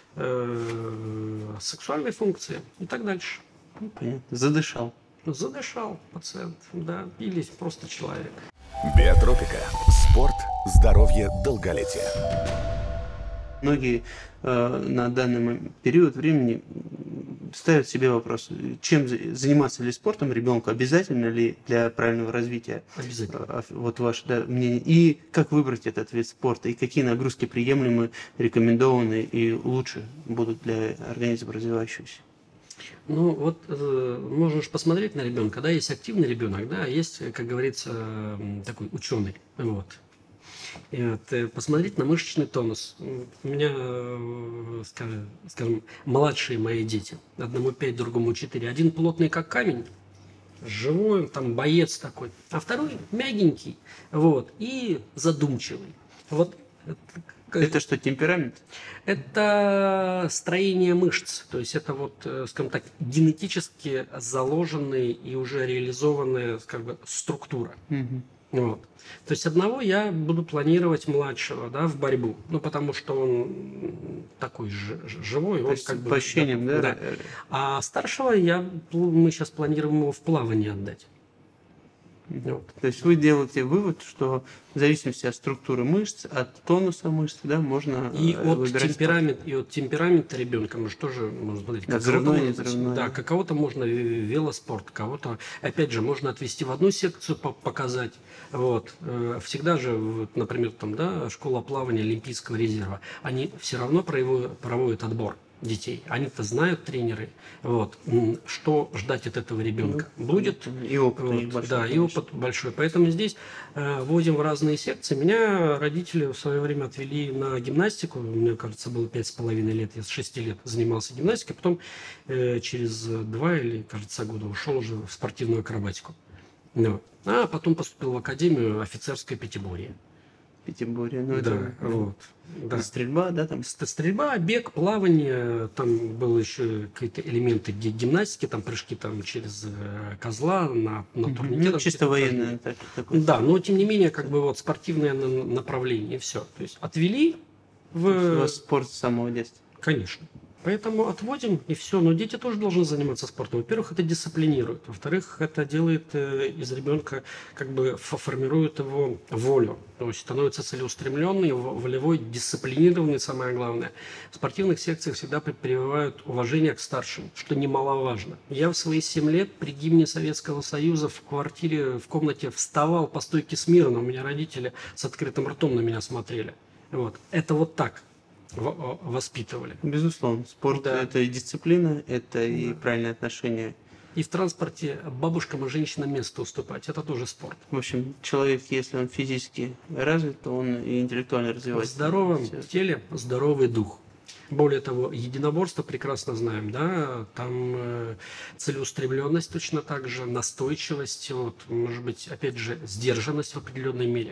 сексуальные функции и так дальше. Понятно. Задышал. Задышал пациент, да, или просто человек. Биотропика. Спорт, здоровье, долголетие. Многие на данный период времени ставят себе вопрос, чем заниматься ли спортом ребенку, обязательно ли для правильного развития. Обязательно. Вот ваше мнение. И как выбрать этот вид спорта, и какие нагрузки приемлемы, рекомендованы и лучше будут для организма развивающегося. Ну вот можно же посмотреть на ребенка, да, есть активный ребенок, да, а есть, как говорится, такой ученый, вот. И вот, посмотреть на мышечный тонус. У меня, скажем, младшие мои дети, одному 5, другому 4. Один плотный, как камень, живой, там боец такой, а второй мягенький, вот, и задумчивый. Вот. Это что, темперамент? Это строение мышц, то есть это вот, скажем так, генетически заложенная и уже реализованная, как бы, структура. Угу. Вот. То есть одного я буду планировать младшего, да, в борьбу, ну потому что он такой живой, он как бы по ощущениям, да? Да. А старшего мы сейчас планируем его в плавание отдать. Вот. То есть вы делаете вывод, что в зависимости от структуры мышц, от тонуса мышц, да, можно и от выбирать темперамента ребенка мы же тоже можно смотреть. Взрывной, взрывной. Да, кого-то можно велоспорт, кого-то, опять же, можно отвести в одну секцию, показать. Вот. Всегда же, например, там, да, школа плавания Олимпийского резерва, они все равно проводят отбор детей. Они-то знают, тренеры, вот, что ждать от этого ребенка. Будет и опыт вот, большой. Да, и опыт большой. Поэтому здесь вводим в разные секции. Меня родители в свое время отвели на гимнастику. Мне кажется, было 5,5 лет. Я с 6 лет занимался гимнастикой. Потом через 2 или, кажется, года ушел уже в спортивную акробатику. Ну, а потом поступил в академию офицерской Пятиборье. Пятиборье, ну Да, это вот. Да. Стрельба, да, там? Стрельба, бег, плавание, там было еще какие-то элементы гимнастики, там прыжки там через козла на турникетах. Ну, чисто военное такое. Да, но тем не менее, как бы вот спортивное направление, и все. То есть отвели У вас спорт с самого детства. Конечно. Поэтому отводим, и все. Но дети тоже должны заниматься спортом. Во-первых, это дисциплинирует. Во-вторых, это делает из ребенка, как бы формирует его волю. То есть становится целеустремленный, волевой, дисциплинированный, самое главное. В спортивных секциях всегда прививают уважение к старшим, что немаловажно. Я в свои 7 лет при гимне Советского Союза в квартире, в комнате вставал по стойке смирно. У меня родители с открытым ртом на меня смотрели. Вот. Это вот так воспитывали. Безусловно, спорт Да. это и дисциплина, это и правильное отношение. И в транспорте бабушкам и женщинам место уступать. Это тоже спорт. В общем, человек, если он физически развит, то он и интеллектуально В развивается. здоровом теле здоровый дух. Более того, единоборство прекрасно знаем, да, там целеустремленность точно так же, настойчивость, вот, может быть, опять же, сдержанность в определенной мере.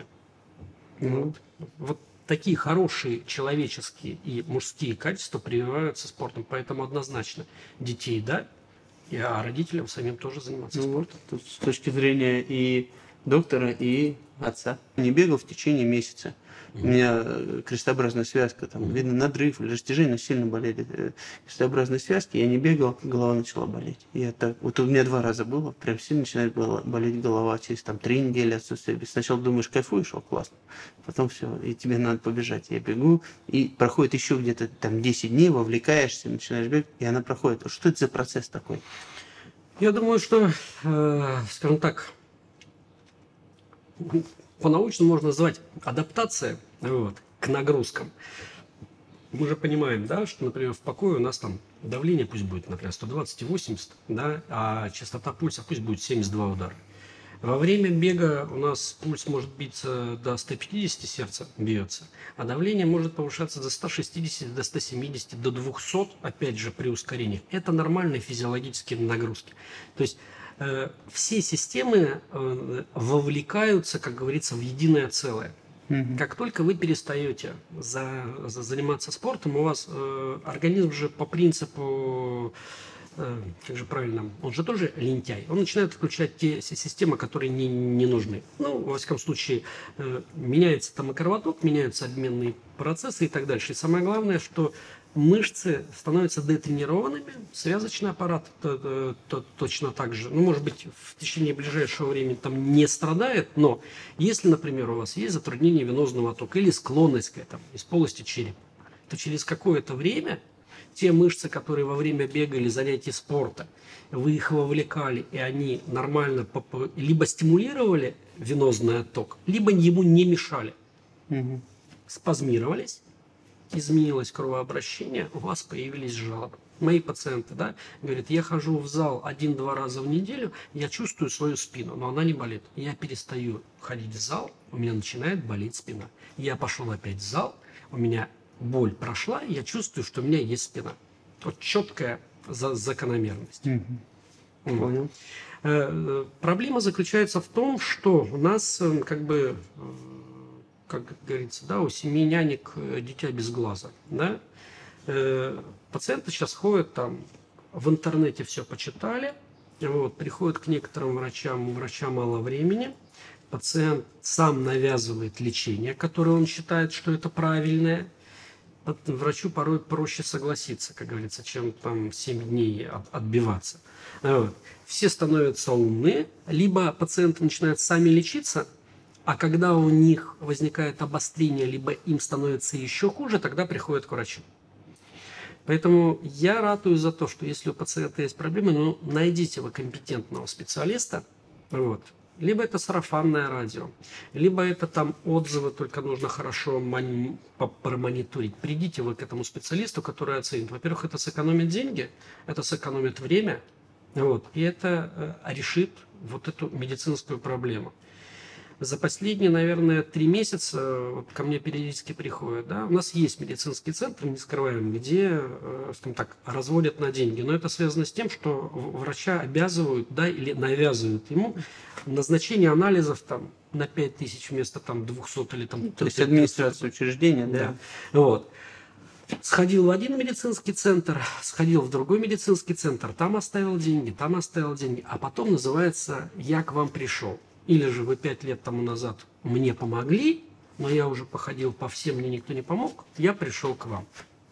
Ну, Вот такие хорошие человеческие и мужские качества прививаются спортом. Поэтому однозначно детей, да, а родителям самим тоже заниматься ну спортом. вот, тут с точки зрения и доктора и отца. Не бегал в течение месяца. У меня крестообразная связка, там, видно, надрыв или растяжение, сильно болели крестообразные связки. Я не бегал, голова начала болеть. Я так, вот у меня 2 раза было, прям сильно начинает болеть голова через 3 недели отсутствия. Сначала думаешь, кайфуешь, классно. Потом все, и тебе надо побежать. Я бегу, и проходит еще где-то 10 дней, вовлекаешься, начинаешь бегать, и она проходит. Что это за процесс такой? Я думаю, что, скажем так, по-научному можно назвать адаптация к нагрузкам. Мы же понимаем, да, что, например, в покое у нас там давление пусть будет, например, 120 и 80, да, а частота пульса пусть будет 72 удара. Во время бега у нас пульс может биться до 150 сердца бьется, а давление может повышаться до 160, до 170, до 200, опять же, при ускорении. Это нормальные физиологические нагрузки. То есть все системы вовлекаются, как говорится, в единое целое. Как только вы перестаете заниматься спортом, у вас организм же по принципу, как же правильно, он же тоже лентяй, он начинает включать те системы, которые не нужны. Ну, во всяком случае, меняется там и кровоток, меняются обменные процессы и так дальше. И самое главное, что мышцы становятся детренированными, связочный аппарат точно так же. Ну, может быть, в течение ближайшего времени там не страдает, но если, например, у вас есть затруднение венозного оттока или склонность к этому из полости черепа, то через какое-то время те мышцы, которые во время бега или занятий спорта, вы их вовлекали, и они нормально либо стимулировали венозный отток, либо ему не мешали. Спазмировались, изменилось кровообращение, у вас появились жалобы. Мои пациенты, да, говорят, я хожу в зал 1-2 раза в неделю, я чувствую свою спину, но она не болит. Я перестаю ходить в зал, у меня начинает болеть спина. Я пошел опять в зал, у меня боль прошла, и я чувствую, что у меня есть спина. Вот четкая закономерность. Понял. Проблема заключается в том, что у нас как говорится, да, у 7 нянек дитя без глаза. Да? Пациенты сейчас ходят там, в интернете все почитали, приходят к некоторым врачам, у врача мало времени, пациент сам навязывает лечение, которое он считает, что это правильное. Врачу порой проще согласиться, как говорится, чем там 7 дней отбиваться. Все становятся умные, либо пациенты начинают сами лечиться, а когда у них возникает обострение, либо им становится еще хуже, тогда приходят к врачу. Поэтому я ратую за то, что если у пациента есть проблемы, найдите вы компетентного специалиста. Либо это сарафанное радио, либо это там отзывы, только нужно хорошо промониторить. Придите вы к этому специалисту, который оценит. Во-первых, это сэкономит деньги, это сэкономит время, и это решит вот эту медицинскую проблему. За последние, наверное, 3 месяца ко мне периодически приходят. Да? У нас есть медицинский центр, не скрываем, где, скажем так, разводят на деньги. Но это связано с тем, что врача обязывают, да, или навязывают ему назначение анализов там, на 5000 вместо там, 200 или там... То есть администрация учреждения, да? Сходил в один медицинский центр, сходил в другой медицинский центр, там оставил деньги, а потом называется «Я к вам пришел». Или же вы 5 лет тому назад мне помогли, но я уже походил по всем, мне никто не помог, я пришел к вам.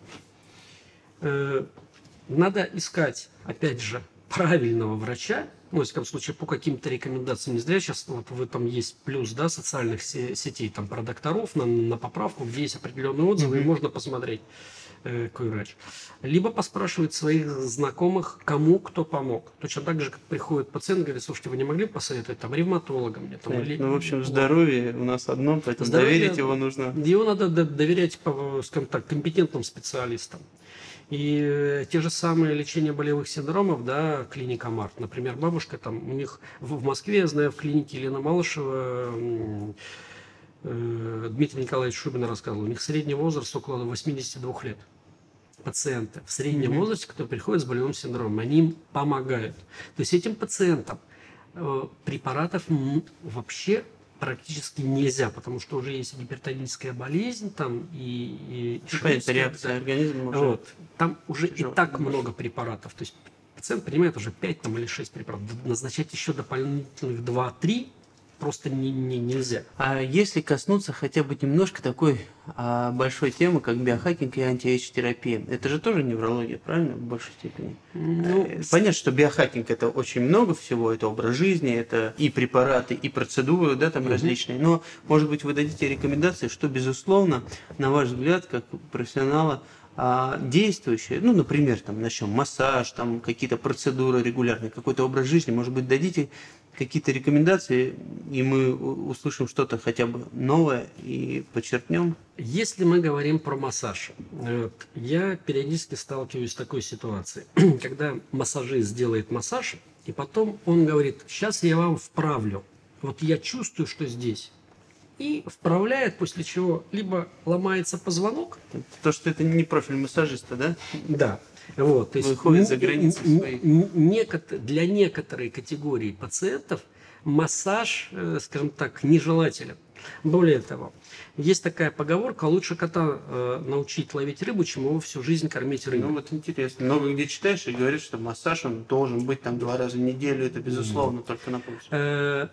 Надо искать, опять же, правильного врача, в всяком случае, по каким-то рекомендациям. Не зря сейчас вы там есть плюс, да, социальных сетей, там про докторов на поправку, где есть определенные отзывы, и можно посмотреть, какой врач. Либо поспрашивать своих знакомых, кому кто помог. Точно так же, как приходит пациент, говорит, слушайте, вы не могли бы посоветовать там ревматолога мне? Там, или... в общем, здоровье у нас одно, поэтому доверить его нужно. Его надо доверять, скажем так, компетентным специалистам. И те же самые лечения болевых синдромов, да, клиника МАРТ. Например, бабушка там, у них в Москве, я знаю, в клинике Елены Малышева, Дмитрий Николаевич Шубин рассказывал, у них средний возраст около 82 лет. Пациенты в среднем возрасте, которые приходят с болевым синдромом, они им помогают. То есть этим пациентам препаратов вообще практически нельзя, потому что уже есть гипертоническая болезнь, там и реакция организма. Там уже и так много препаратов. То есть пациент принимает уже 5 там, или 6 препаратов. Назначать еще дополнительных 2-3 просто нельзя. А если коснуться хотя бы немножко такой большой темы, как биохакинг и антиэйдж-терапия, это же тоже неврология, правильно, в большей степени? Понятно, что биохакинг это очень много всего, это образ жизни, это и препараты, и процедуры, да, там различные, но, может быть, вы дадите рекомендации, что, безусловно, на ваш взгляд, как профессионала, действующие, ну, например, там, начнем массаж, там, какие-то процедуры регулярные, какой-то образ жизни, может быть, дадите какие-то рекомендации, и мы услышим что-то хотя бы новое и подчеркнем. Если мы говорим про массаж, я периодически сталкиваюсь с такой ситуацией, когда массажист делает массаж, и потом он говорит: сейчас я вам вправлю, вот я чувствую, что здесь. И вправляет, после чего либо ломается позвонок. То, что это не профиль массажиста, да? Да. Вот, то есть выходит за границы своих. Для некоторой категории пациентов массаж, скажем так, нежелателен. Более того, есть такая поговорка: лучше кота научить ловить рыбу, чем его всю жизнь кормить рыбой. Ну вот интересно. Много где читаешь и говорят, что массаж он должен быть там 2 раза в неделю. Это безусловно только на пользу.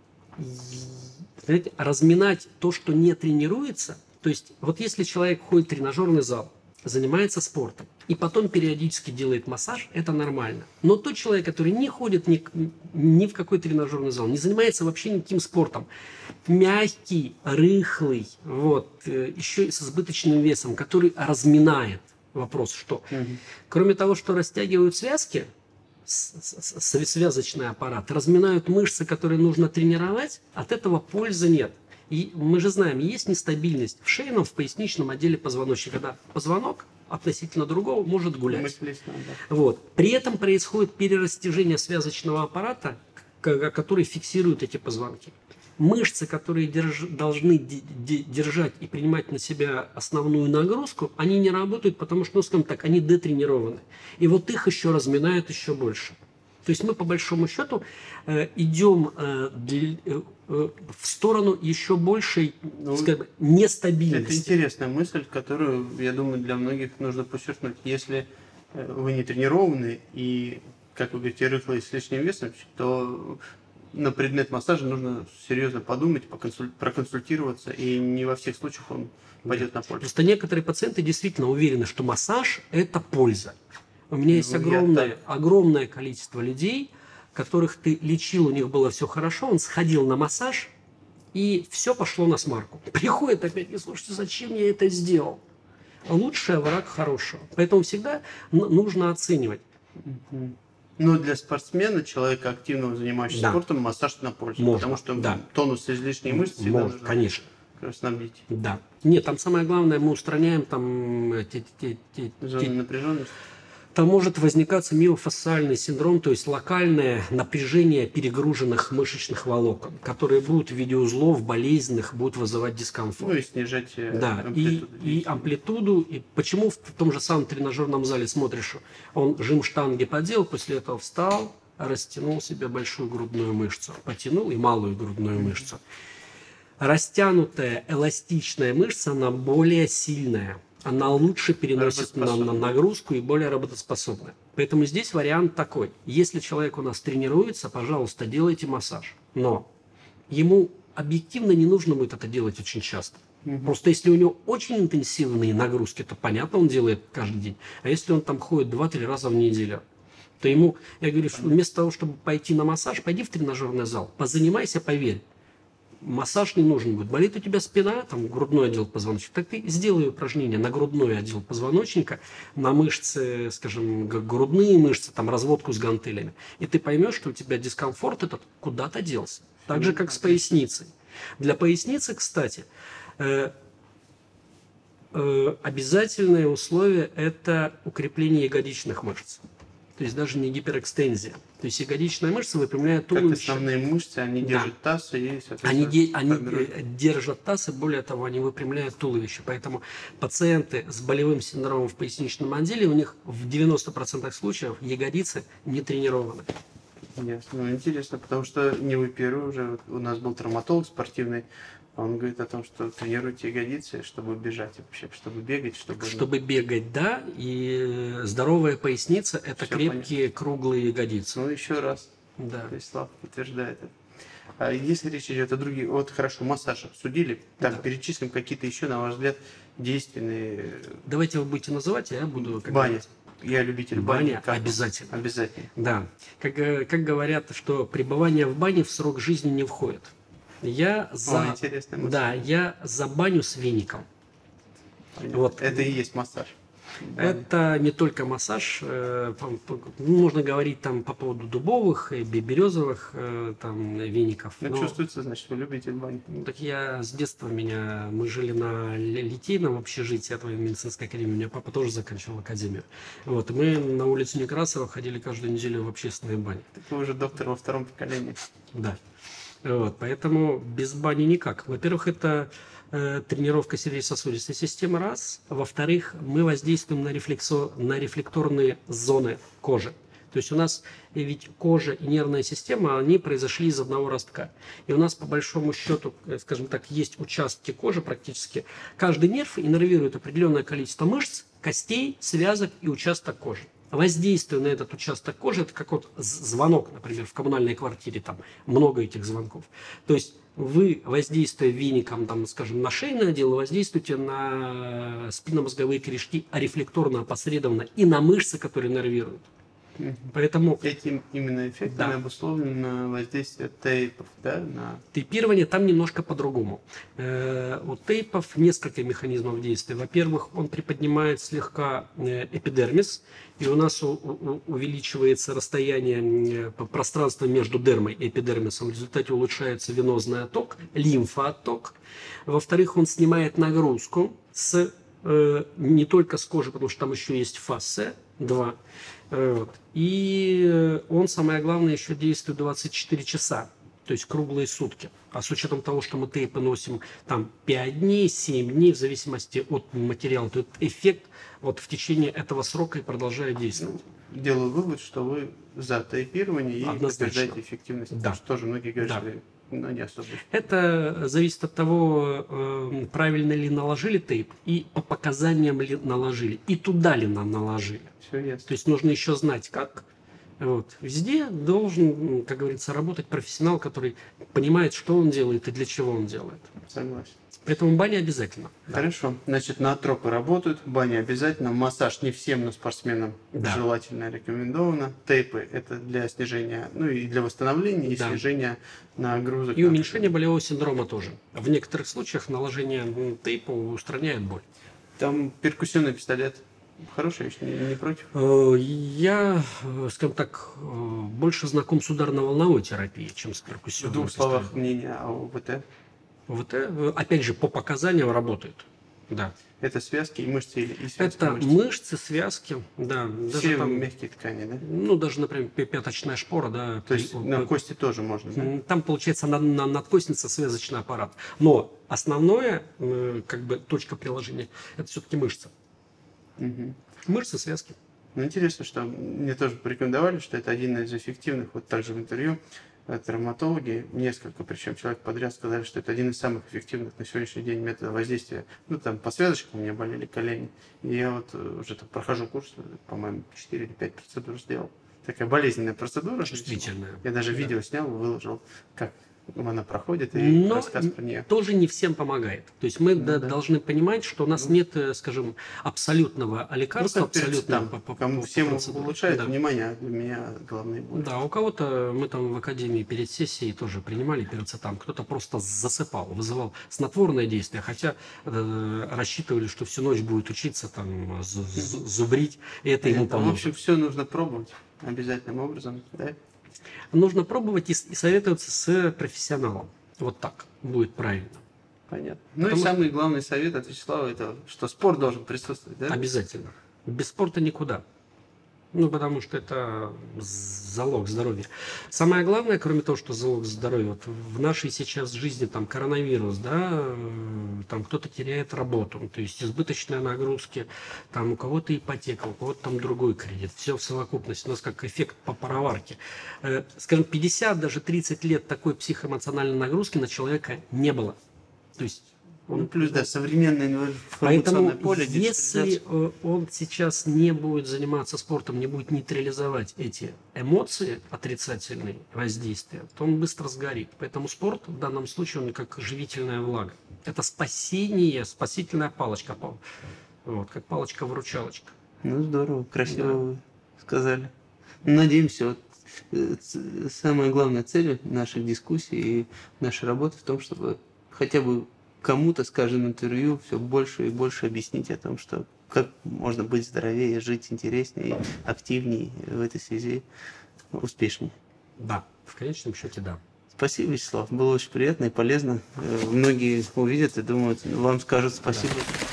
Знаете, разминать то, что не тренируется, то есть вот если человек ходит в тренажерный зал, занимается спортом и потом периодически делает массаж, это нормально. Но тот человек, который не ходит ни в какой тренажерный зал, не занимается вообще никаким спортом, мягкий, рыхлый, вот, еще и с избыточным весом, который разминает, вопрос что? Кроме того, что растягивают связки, связочный аппарат, разминают мышцы, которые нужно тренировать, от этого пользы нет. И мы же знаем, есть нестабильность в шейном, в поясничном отделе позвоночника, когда позвонок относительно другого может гулять. Вот. При этом происходит перерастяжение связочного аппарата, который фиксирует эти позвонки. Мышцы, которые должны держать и принимать на себя основную нагрузку, они не работают, потому что, ну, скажем так, они детренированы. И вот их еще разминают еще больше. То есть мы, по большому счету, идем в сторону еще большей, скажем, нестабильности. Это интересная мысль, которую, я думаю, для многих нужно подчеркнуть. Если вы не тренированы и, как вы говорите, рыхлые с лишним весом, то на предмет массажа нужно серьезно подумать, проконсультироваться, и не во всех случаях он пойдет на пользу. Просто некоторые пациенты действительно уверены, что массаж – это польза. У меня есть огромное количество людей, которых ты лечил, у них было все хорошо, он сходил на массаж, и все пошло на смарку. Приходит опять: не слушайте, зачем я это сделал? Лучший враг хорошего. Поэтому всегда нужно оценивать. Но для спортсмена, человека активного, занимающегося спортом, массаж на пользу. Можно, потому что тонус излишней мышц всегда нужно, конечно, снабдить. Да. Нет, там самое главное, мы устраняем там зоны напряженности. Там может возникаться миофасциальный синдром, то есть локальное напряжение перегруженных мышечных волокон, которые будут в виде узлов болезненных, будут вызывать дискомфорт. Ну и снижать амплитуду. И амплитуду. И почему в том же самом тренажерном зале смотришь, он жим штанги поделал, после этого встал, растянул себе большую грудную мышцу, потянул и малую грудную мышцу. Растянутая эластичная мышца, она более сильная. Она лучше переносит на нагрузку и более работоспособна. Поэтому здесь вариант такой. Если человек у нас тренируется, пожалуйста, делайте массаж. Но ему объективно не нужно будет это делать очень часто. Просто если у него очень интенсивные нагрузки, то понятно, он делает каждый день. А если он там ходит 2-3 раза в неделю, то ему, я говорю, что вместо того, чтобы пойти на массаж, пойди в тренажерный зал, позанимайся, поверь. Массаж не нужен будет. Болит у тебя спина, там грудной отдел позвоночника, так ты сделай упражнение на грудной отдел позвоночника, на мышцы, скажем, грудные мышцы, там разводку с гантелями. И ты поймешь, что у тебя дискомфорт этот куда-то делся. Так же, как с поясницей. Для поясницы, кстати, обязательное условие – это укрепление ягодичных мышц. То есть даже не гиперэкстензия. То есть ягодичная мышца выпрямляет туловище. Как основные мышцы, они держат таз и, соответственно, они держат таз, и более того, они выпрямляют туловище. Поэтому пациенты с болевым синдромом в поясничном отделе, у них в 90% случаев ягодицы не тренированы. Ясно. Ну, интересно, потому что не вы первый уже. Вот у нас был травматолог спортивный. Он говорит о том, что тренируйте ягодицы, чтобы бежать вообще, чтобы бегать, чтобы бегать, да, и здоровая поясница – это все крепкие, понятно. Круглые ягодицы. Ну, еще раз. Да. Слав подтверждает это. А если речь идет о других, вот хорошо, массаж обсудили, так, Да. перечислим какие-то еще, на ваш взгляд, действенные. Давайте вы будете называть, а я буду... Баня. Я любитель бани. Баня Как? обязательно. Обязательно. Да. Как говорят, что пребывание в бане в срок жизни не входит. Я за... интересная мысль. Да, я за баню с веником. Понятно. Вот. Это и есть массаж. Баня. Это не только массаж, можно говорить там по поводу дубовых, березовых там веников. Ну, но- чувствуется, значит, вы любитель бани. Ну, так я с детства мы жили на Литейном общежитии от военно-медицинской академии. У меня папа тоже заканчивал академию. Вот, и мы на улицу Некрасова ходили каждую неделю в общественные бани. Так вы уже доктор во втором поколении. Да. Вот, поэтому без бани никак. Во-первых, это тренировка сердечно-сосудистой системы, раз. Во-вторых, мы воздействуем на рефлекторные зоны кожи. То есть у нас ведь кожа и нервная система, они произошли из одного ростка. И у нас, по большому счету, скажем так, есть участки кожи практически. Каждый нерв иннервирует определенное количество мышц, костей, связок и участок кожи. Воздействие на этот участок кожи, это как вот звонок, например, в коммунальной квартире, там много этих звонков. То есть вы, воздействуя веником, там, скажем, на шейный отдел, воздействуете на спинномозговые корешки рефлекторно, опосредованно и на мышцы, которые нервируют. Поэтому Этим именно эффектом Да. обусловлено воздействие тейпов, да, на... тейпирование там немножко по-другому. У тейпов несколько механизмов действия. Во-первых, он приподнимает слегка эпидермис, и у нас увеличивается расстояние пространства между дермой и эпидермисом. В результате улучшается венозный отток, лимфоотток. Во-вторых, он снимает нагрузку не только с кожи, потому что там еще есть фасция, 2. Вот. И он, самое главное, еще действует 24 часа, то есть круглые сутки. А с учетом того, что мы тейпы носим там 5 дней, 7 дней, в зависимости от материала, то этот эффект вот в течение этого срока и продолжает действовать. Делаю вывод, что вы за тейпирование и Однозначно. подтверждаете эффективность. Да. Потому что тоже многие говорят, Да. что не особо. Это зависит от того, правильно ли наложили тейп и по показаниям ли наложили, и туда ли нам наложили. Все ясно. То есть нужно еще знать, как. Вот. Везде должен, как говорится, работать профессионал, который понимает, что он делает и для чего он делает. Согласен. Поэтому баня обязательно. Да. Хорошо. Значит, наотропы работают, баня обязательно, массаж не всем, но спортсменам Да. желательно, рекомендовано. Тейпы это для снижения, ну и для восстановления и Да. снижения нагрузок. И уменьшение болевого синдрома тоже. В некоторых случаях наложение тейпа устраняет боль. Там перкуссионный пистолет. Хорошая вещь, не против? Я, скажем так, больше знаком с ударно-волновой терапией, чем с В перкуссионной. двух словах мнение о ОВТ. Вот, опять же, по показаниям работает. Да. Это связки и мышцы и связки Это мышц. мышцы, связки, да. Даже Все там, мягкие ткани, да? ну, даже, например, пяточная шпора, да. То есть на кости тоже можно, да? Там получается надкостница, связочный аппарат. Но основное, как бы, точка приложения, это все-таки мышцы. Мгм. Мышцы, связки. Ну, интересно, что мне тоже порекомендовали, что это один из эффективных, вот также в интервью, травматологи, несколько, причем человек подряд сказали, что это один из самых эффективных на сегодняшний день методов воздействия. Ну, там по связочкам у меня болели колени, и я вот уже так прохожу курс, по-моему, 4 или 5 процедур сделал. Такая болезненная процедура. Чувствительная. Я даже Да. видео снял, выложил, как она проходит, и Но рассказ про нее. тоже не всем помогает. То есть мы Да. должны понимать, что у нас нет, скажем, абсолютного лекарства, Ну, как перед абсолютного там, кому всем процедуре. улучшает Да. внимание, а для меня головные боли. Да, у кого-то мы там в академии перед сессией тоже принимали пироцетам, кто-то просто засыпал, вызывал снотворное действие, хотя рассчитывали, что всю ночь будет учиться там зубрить, и это ему В поможет. общем, все нужно пробовать обязательным образом, да? Нужно пробовать и советоваться с профессионалом. Вот так будет правильно. Понятно. Ну Потому и что- самый главный совет от Вячеслава, это что спорт должен присутствовать, да? Обязательно. Без спорта никуда. Ну, потому что это залог здоровья. Самое главное, кроме того, что залог здоровья, вот в нашей сейчас жизни там коронавирус, да, там кто-то теряет работу, то есть избыточные нагрузки, там у кого-то ипотека, у кого-то там другой кредит, все в совокупности, у нас как эффект по пароварке. Скажем, 50, даже 30 лет такой психоэмоциональной нагрузки на человека не было. То есть Ну, плюс, да, современное Поэтому, информационное поле, если он сейчас не будет заниматься спортом, не будет нейтрализовать эти эмоции, отрицательные воздействия, то он быстро сгорит. Поэтому спорт в данном случае, он как живительная влага. Это спасение, спасительная палочка. Вот, как палочка-выручалочка. Ну, здорово, красиво вы сказали. Надеемся, вот самая главная цель наших дискуссий и нашей работы в том, чтобы хотя бы кому-то с каждым интервью все больше и больше объяснить о том, что как можно быть здоровее, жить интереснее, активнее, в этой связи успешнее. Да, в конечном счете, да. Спасибо, Вячеслав. Было очень приятно и полезно. Многие увидят и думают, вам скажут спасибо. Да.